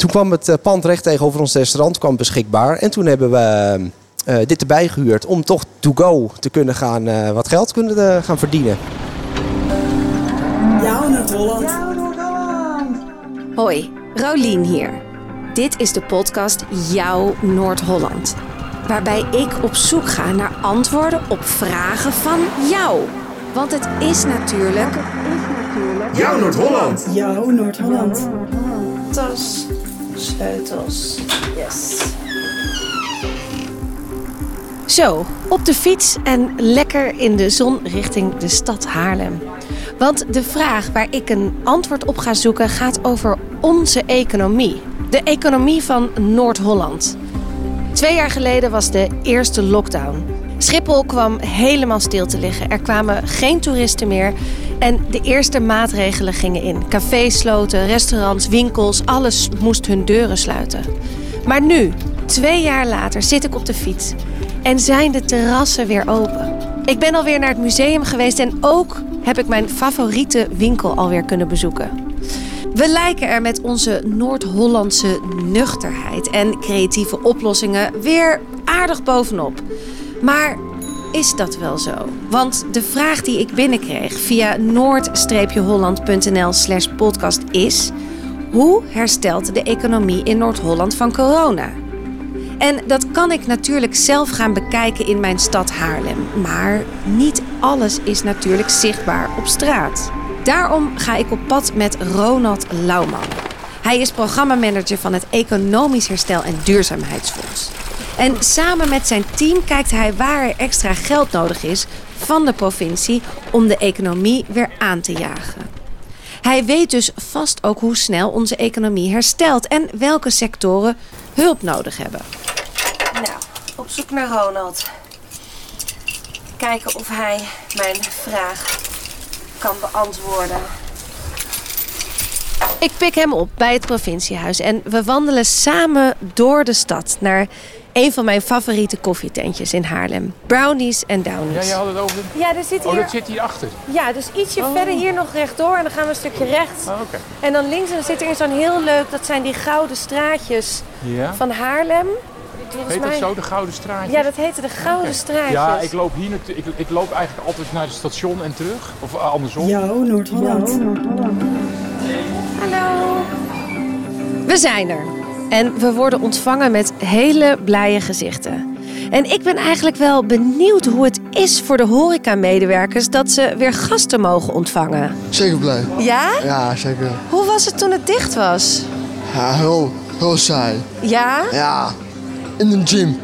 toen kwam het pand recht tegenover ons restaurant kwam beschikbaar. En toen hebben we dit erbij gehuurd om toch to go te kunnen gaan, wat geld kunnen gaan verdienen. Jouw Noord-Holland. Hoi, Rolien hier. Dit is de podcast Jouw Noord-Holland. Waarbij ik op zoek ga naar antwoorden op vragen van jou. Want het is natuurlijk... Jouw Noord-Holland. Jouw Noord-Holland. Tas, sleutels, yes. Zo, op de fiets en lekker in de zon richting de stad Haarlem. Want de vraag waar ik een antwoord op ga zoeken gaat over onze economie. De economie van Noord-Holland. 2 jaar geleden was de eerste lockdown. Schiphol kwam helemaal stil te liggen. Er kwamen geen toeristen meer. En de eerste maatregelen gingen in. Cafés sloten, restaurants, winkels, alles moest hun deuren sluiten. Maar nu, 2 jaar later, zit ik op de fiets. En zijn de terrassen weer open. Ik ben alweer naar het museum geweest en ook heb ik mijn favoriete winkel alweer kunnen bezoeken. We lijken er met onze Noord-Hollandse nuchterheid en creatieve oplossingen weer aardig bovenop. Maar is dat wel zo? Want de vraag die ik binnenkreeg via noord-holland.nl/podcast is: hoe herstelt de economie in Noord-Holland van corona? En dat kan ik natuurlijk zelf gaan bekijken in mijn stad Haarlem. Maar niet alles is natuurlijk zichtbaar op straat. Daarom ga ik op pad met Ronald Lauwman. Hij is programmamanager van het Economisch Herstel en Duurzaamheidsfonds. En samen met zijn team kijkt hij waar er extra geld nodig is van de provincie om de economie weer aan te jagen. Hij weet dus vast ook hoe snel onze economie herstelt en welke sectoren hulp nodig hebben. Nou, op zoek naar Ronald. Kijken of hij mijn vraag kan beantwoorden. Ik pik hem op bij het provinciehuis en we wandelen samen door de stad naar een van mijn favoriete koffietentjes in Haarlem. Brownies en Downies. Ja, je had het over... Ja, er zit hier... Oh, dat zit hier achter. Ja, dus ietsje verder hier nog rechtdoor en dan gaan we een stukje rechts. Oh, oké. En dan links en dan zit er zo'n heel leuk, dat zijn die gouden straatjes van Haarlem. Heet dat zo, de Gouden Straatjes? Ja, dat heette de Gouden Straatjes. Ja, ik loop hier ik loop eigenlijk altijd naar het station en terug. Of andersom. Jouw Noord-Holland. Hallo. We zijn er. En we worden ontvangen met hele blije gezichten. En ik ben eigenlijk wel benieuwd hoe het is voor de horecamedewerkers dat ze weer gasten mogen ontvangen. Zeker blij. Ja? Ja, zeker. Hoe was het toen het dicht was? Ja, heel saai. Ja? Ja, in de gym.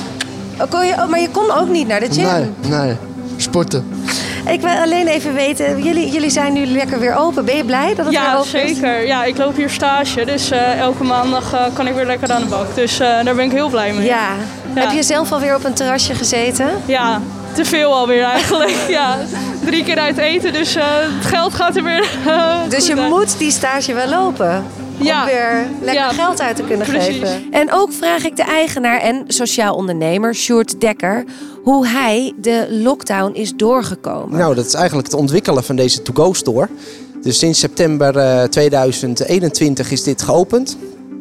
Maar je kon ook niet naar de gym? Nee, sporten. Ik wil alleen even weten, jullie zijn nu lekker weer open. Ben je blij dat het weer open is? Ja, zeker. Ja, ik loop hier stage, dus elke maandag kan ik weer lekker aan de bak. Dus daar ben ik heel blij mee. Ja. Heb je zelf alweer op een terrasje gezeten? Ja, te veel alweer eigenlijk. Ja, 3 keer uit eten, dus het geld gaat er weer Dus je moet die stage wel lopen? Om weer lekker geld uit te kunnen geven. En ook vraag ik de eigenaar en sociaal ondernemer Sjoerd Dekker hoe hij de lockdown is doorgekomen. Nou, dat is eigenlijk het ontwikkelen van deze to-go-store. Dus sinds september 2021 is dit geopend.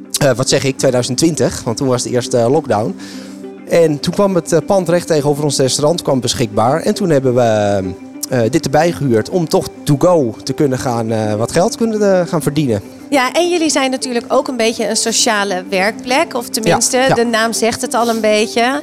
2020, want toen was de eerste lockdown. En toen kwam het pand recht tegenover ons restaurant kwam beschikbaar. En toen hebben we dit erbij gehuurd om toch to go te kunnen gaan, wat geld kunnen gaan verdienen. Ja, en jullie zijn natuurlijk ook een beetje een sociale werkplek. Of tenminste, de naam zegt het al een beetje.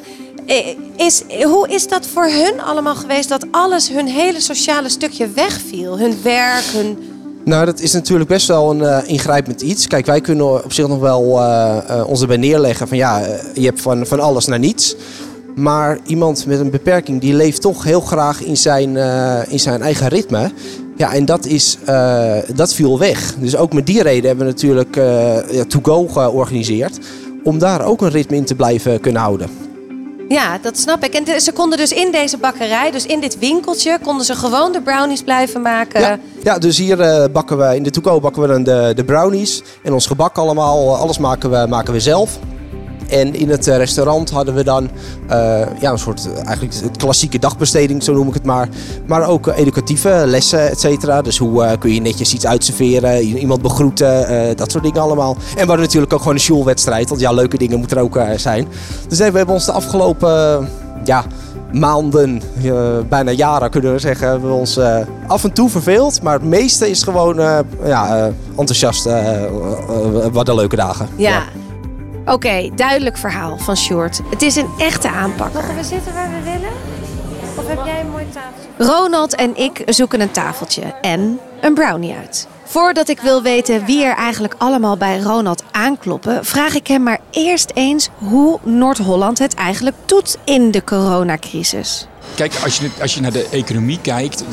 Hoe is dat voor hun allemaal geweest dat hun hele sociale stukje wegviel? Hun werk, Nou, dat is natuurlijk best wel een ingrijpend iets. Kijk, wij kunnen op zich nog wel ons erbij neerleggen van je hebt van alles naar niets. Maar iemand met een beperking die leeft toch heel graag in zijn eigen ritme. Ja, en dat viel weg. Dus ook met die reden hebben we natuurlijk to go georganiseerd. Om daar ook een ritme in te blijven kunnen houden. Ja, dat snap ik. En ze konden dus in deze bakkerij, dus in dit winkeltje, konden ze gewoon de brownies blijven maken. Ja, dus hier bakken we in de to-go bakken we dan de brownies. En ons gebak allemaal, alles maken we zelf. En in het restaurant hadden we dan een soort eigenlijk het klassieke dagbesteding, zo noem ik het maar. Maar ook educatieve lessen, et cetera. Dus hoe kun je netjes iets uitserveren, iemand begroeten, dat soort dingen allemaal. En we hadden natuurlijk ook gewoon een sjoelwedstrijd, want leuke dingen moeten er ook zijn. Dus we hebben ons de afgelopen maanden, bijna jaren kunnen we zeggen, hebben we ons af en toe verveeld. Maar het meeste is gewoon enthousiast. Wat een leuke dagen. Ja. Oké, duidelijk verhaal van Sjoerd. Het is een echte aanpakker. Mogen we zitten waar we willen? Of heb jij een mooi tafeltje? Ronald en ik zoeken een tafeltje en een brownie uit. Voordat ik wil weten wie er eigenlijk allemaal bij Ronald aankloppen, vraag ik hem maar eerst eens hoe Noord-Holland het eigenlijk doet in de coronacrisis. Kijk, als je naar de economie kijkt,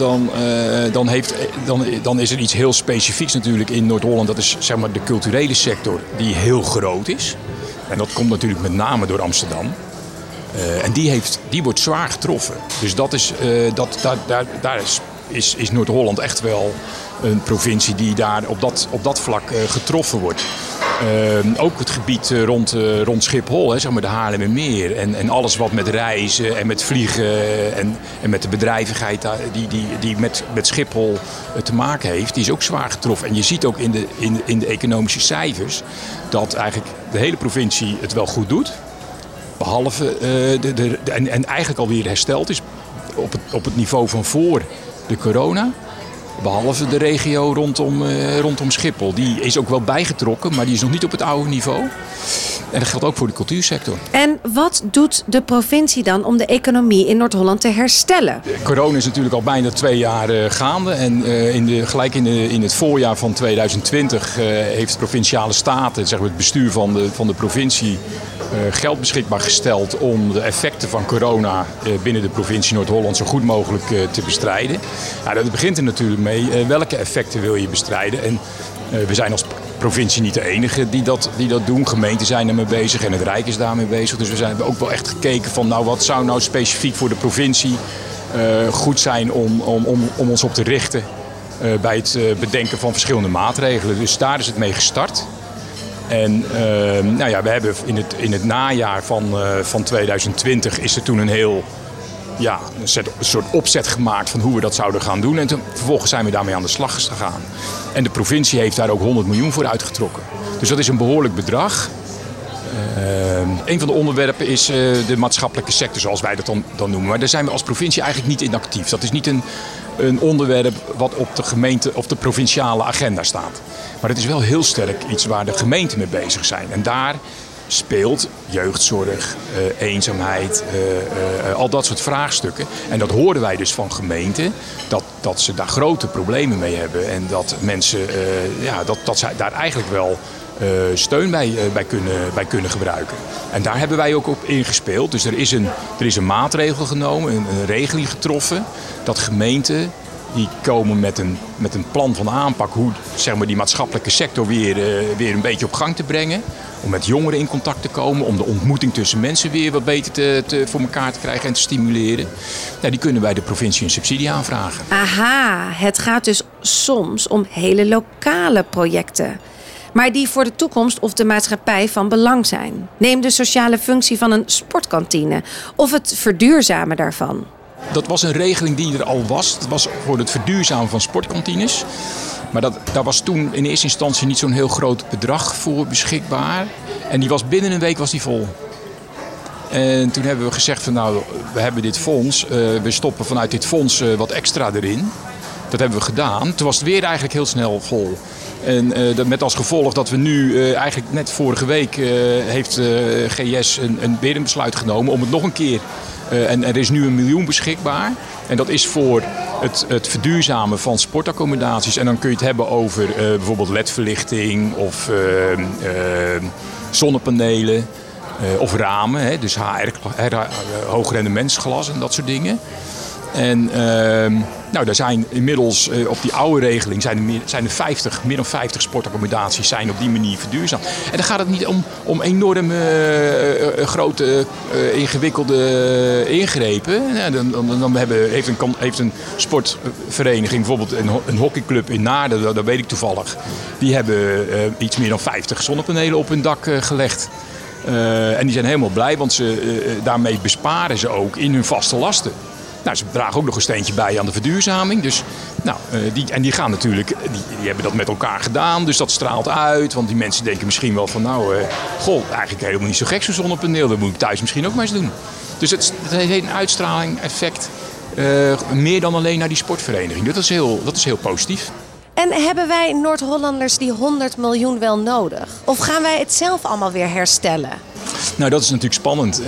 dan is er iets heel specifieks natuurlijk in Noord-Holland. Dat is zeg maar de culturele sector die heel groot is. En dat komt natuurlijk met name door Amsterdam. En die wordt zwaar getroffen. Dus daar is Noord-Holland echt wel een provincie die daar op dat vlak getroffen wordt. Ook het gebied rond Schiphol, zeg maar de Haarlemmermeer. En alles wat met reizen en met vliegen en met de bedrijvigheid die met Schiphol te maken heeft, die is ook zwaar getroffen. En je ziet ook in de economische cijfers dat eigenlijk de hele provincie het wel goed doet. Behalve en eigenlijk alweer hersteld is op het niveau van voor de corona. Behalve de regio rondom Schiphol. Die is ook wel bijgetrokken, maar die is nog niet op het oude niveau. En dat geldt ook voor de cultuursector. En wat doet de provincie dan om de economie in Noord-Holland te herstellen? Corona is natuurlijk al bijna 2 jaar gaande. En in het voorjaar van 2020 heeft de Provinciale Staten, zeg maar het bestuur van de provincie, geld beschikbaar gesteld om de effecten van corona binnen de provincie Noord-Holland zo goed mogelijk te bestrijden. Ja, dat begint er natuurlijk mee. Welke effecten wil je bestrijden? En we zijn als provincie niet de enige die dat doen. Gemeenten zijn ermee bezig en het Rijk is daarmee bezig. Dus we hebben ook wel echt gekeken van wat zou nou specifiek voor de provincie goed zijn om ons op te richten bij het bedenken van verschillende maatregelen. Dus daar is het mee gestart. En we hebben in het najaar van 2020 is er toen een soort opzet gemaakt van hoe we dat zouden gaan doen. En vervolgens zijn we daarmee aan de slag gegaan. En de provincie heeft daar ook 100 miljoen voor uitgetrokken. Dus dat is een behoorlijk bedrag. Een van de onderwerpen is de maatschappelijke sector, zoals wij dat dan noemen. Maar daar zijn we als provincie eigenlijk niet in actief. Dat is niet een onderwerp wat op de gemeente of de provinciale agenda staat. Maar het is wel heel sterk iets waar de gemeenten mee bezig zijn. En daar speelt jeugdzorg, eenzaamheid, al dat soort vraagstukken. En dat horen wij dus van gemeenten, dat ze daar grote problemen mee hebben. En dat mensen dat zij daar eigenlijk wel steun bij kunnen gebruiken. En daar hebben wij ook op ingespeeld. Dus er is een maatregel genomen, een regeling getroffen, dat gemeenten die komen met een plan van aanpak hoe zeg maar, die maatschappelijke sector weer een beetje op gang te brengen. Om met jongeren in contact te komen, om de ontmoeting tussen mensen weer wat beter voor elkaar te krijgen en te stimuleren. Ja, die kunnen bij de provincie een subsidie aanvragen. Aha, het gaat dus soms om hele lokale projecten. Maar die voor de toekomst of de maatschappij van belang zijn. Neem de sociale functie van een sportkantine of het verduurzamen daarvan. Dat was een regeling die er al was. Dat was voor het verduurzamen van sportkantines. Maar daar was toen in eerste instantie niet zo'n heel groot bedrag voor beschikbaar. En die was binnen een week vol. En toen hebben we gezegd van we hebben dit fonds. We stoppen vanuit dit fonds wat extra erin. Dat hebben we gedaan. Toen was het weer eigenlijk heel snel vol. En met als gevolg dat we nu eigenlijk net vorige week heeft GS weer een besluit genomen om het nog een keer. En er is nu 1 miljoen beschikbaar. En dat is voor het verduurzamen van sportaccommodaties. En dan kun je het hebben over bijvoorbeeld ledverlichting of zonnepanelen of ramen. Hè, dus hoogrendementsglas en dat soort dingen. En daar zijn inmiddels op die oude regeling zijn er meer dan 50 sportaccommodaties zijn op die manier verduurzaamd. En dan gaat het niet om enorme grote ingewikkelde ingrepen. Ja, dan heeft een sportvereniging, bijvoorbeeld een hockeyclub in Naarden, dat weet ik toevallig. Die hebben iets meer dan 50 zonnepanelen op hun dak gelegd. En die zijn helemaal blij, want daarmee besparen ze ook in hun vaste lasten. Nou, ze dragen ook nog een steentje bij aan de verduurzaming. Dus, die gaan natuurlijk, die hebben dat met elkaar gedaan. Dus dat straalt uit. Want die mensen denken misschien wel van eigenlijk helemaal niet zo gek zo'n zonnepaneel. Dat moet ik thuis misschien ook maar eens doen. Dus het heeft een uitstraling, effect. Meer dan alleen naar die sportvereniging. Dat is heel positief. En hebben wij Noord-Hollanders die 100 miljoen wel nodig? Of gaan wij het zelf allemaal weer herstellen? Nou, dat is natuurlijk spannend.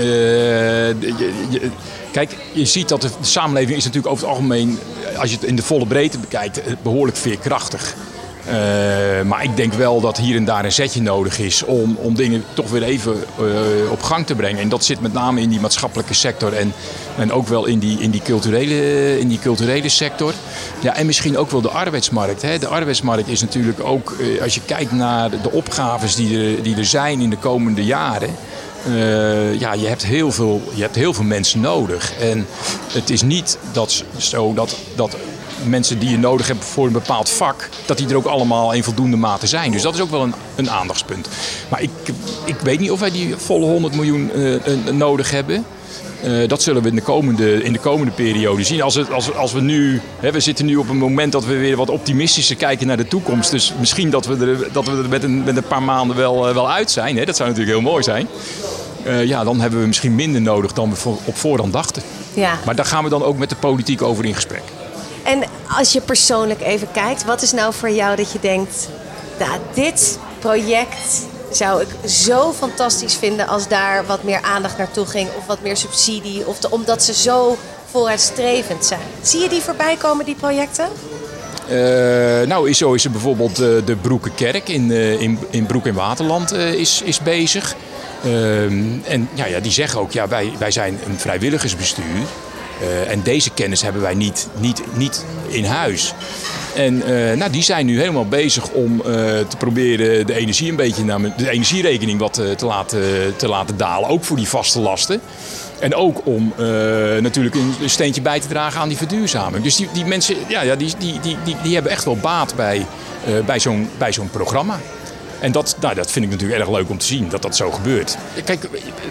Kijk, je ziet dat de samenleving is natuurlijk over het algemeen, als je het in de volle breedte bekijkt, behoorlijk veerkrachtig. Maar ik denk wel dat hier en daar een zetje nodig is om dingen toch weer even op gang te brengen. En dat zit met name in die maatschappelijke sector en ook wel in die culturele sector. Ja, en misschien ook wel de arbeidsmarkt. Hè. De arbeidsmarkt is natuurlijk ook, als je kijkt naar de opgaves die er zijn in de komende jaren. Je hebt heel veel mensen nodig. En het is niet dat mensen die je nodig hebt voor een bepaald vak, dat die er ook allemaal in voldoende mate zijn. Dus dat is ook wel een aandachtspunt. Maar ik weet niet of wij die volle 100 miljoen nodig hebben. Dat zullen we in de komende periode zien. Als we nu, we zitten nu op een moment dat we weer wat optimistischer kijken naar de toekomst. Dus misschien dat we er met een paar maanden wel uit zijn. Hè? Dat zou natuurlijk heel mooi zijn. Dan hebben we misschien minder nodig dan we op voorhand dachten. Ja. Maar daar gaan we dan ook met de politiek over in gesprek. En als je persoonlijk even kijkt, wat is nou voor jou dat je denkt, dit project zou ik zo fantastisch vinden als daar wat meer aandacht naartoe ging of wat meer subsidie, omdat ze zo vooruitstrevend zijn. Zie je die voorbij komen, die projecten? Zo is er bijvoorbeeld de Broekenkerk in Broek in Waterland is bezig. Die zeggen ook, wij zijn een vrijwilligersbestuur. En deze kennis hebben wij niet in huis. En die zijn nu helemaal bezig om te proberen de energie de energierekening wat te laten dalen. Ook voor die vaste lasten. En ook om natuurlijk een steentje bij te dragen aan die verduurzaming. Dus die mensen die hebben echt wel baat bij zo'n programma. En dat vind ik natuurlijk erg leuk om te zien, dat zo gebeurt. Kijk,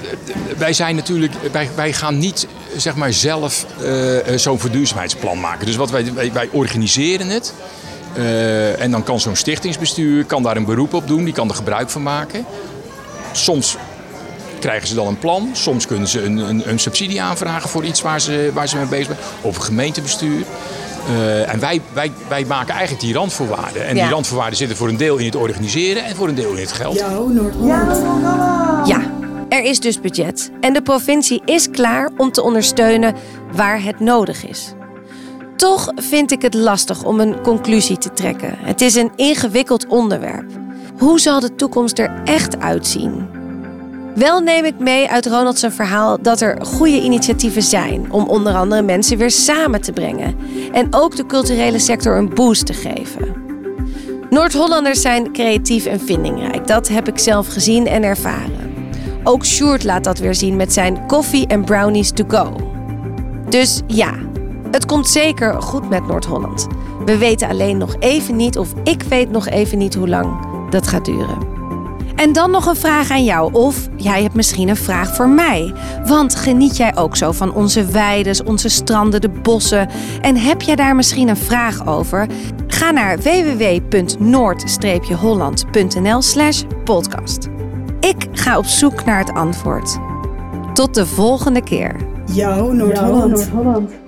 wij gaan niet zelf zo'n verduurzaamheidsplan maken. Dus wij organiseren het. En dan kan zo'n stichtingsbestuur daar een beroep op doen. Die kan er gebruik van maken. Soms krijgen ze dan een plan. Soms kunnen ze een subsidie aanvragen voor iets waar ze mee bezig zijn. Of een gemeentebestuur. En wij maken eigenlijk die randvoorwaarden. En die randvoorwaarden zitten voor een deel in het organiseren en voor een deel in het geld. Ja, er is dus budget. En de provincie is klaar om te ondersteunen waar het nodig is. Toch vind ik het lastig om een conclusie te trekken. Het is een ingewikkeld onderwerp. Hoe zal de toekomst er echt uitzien? Wel neem ik mee uit Ronald zijn verhaal dat er goede initiatieven zijn om onder andere mensen weer samen te brengen. En ook de culturele sector een boost te geven. Noord-Hollanders zijn creatief en vindingrijk. Dat heb ik zelf gezien en ervaren. Ook Sjoerd laat dat weer zien met zijn coffee en brownies to go. Dus ja, het komt zeker goed met Noord-Holland. We weten alleen nog even niet, of ik weet nog even niet hoe lang dat gaat duren. En dan nog een vraag aan jou. Of jij hebt misschien een vraag voor mij. Want geniet jij ook zo van onze weides, onze stranden, de bossen? En heb jij daar misschien een vraag over? Ga naar www.noord-holland.nl/podcast. Ik ga op zoek naar het antwoord. Tot de volgende keer. Jouw Noord-Holland.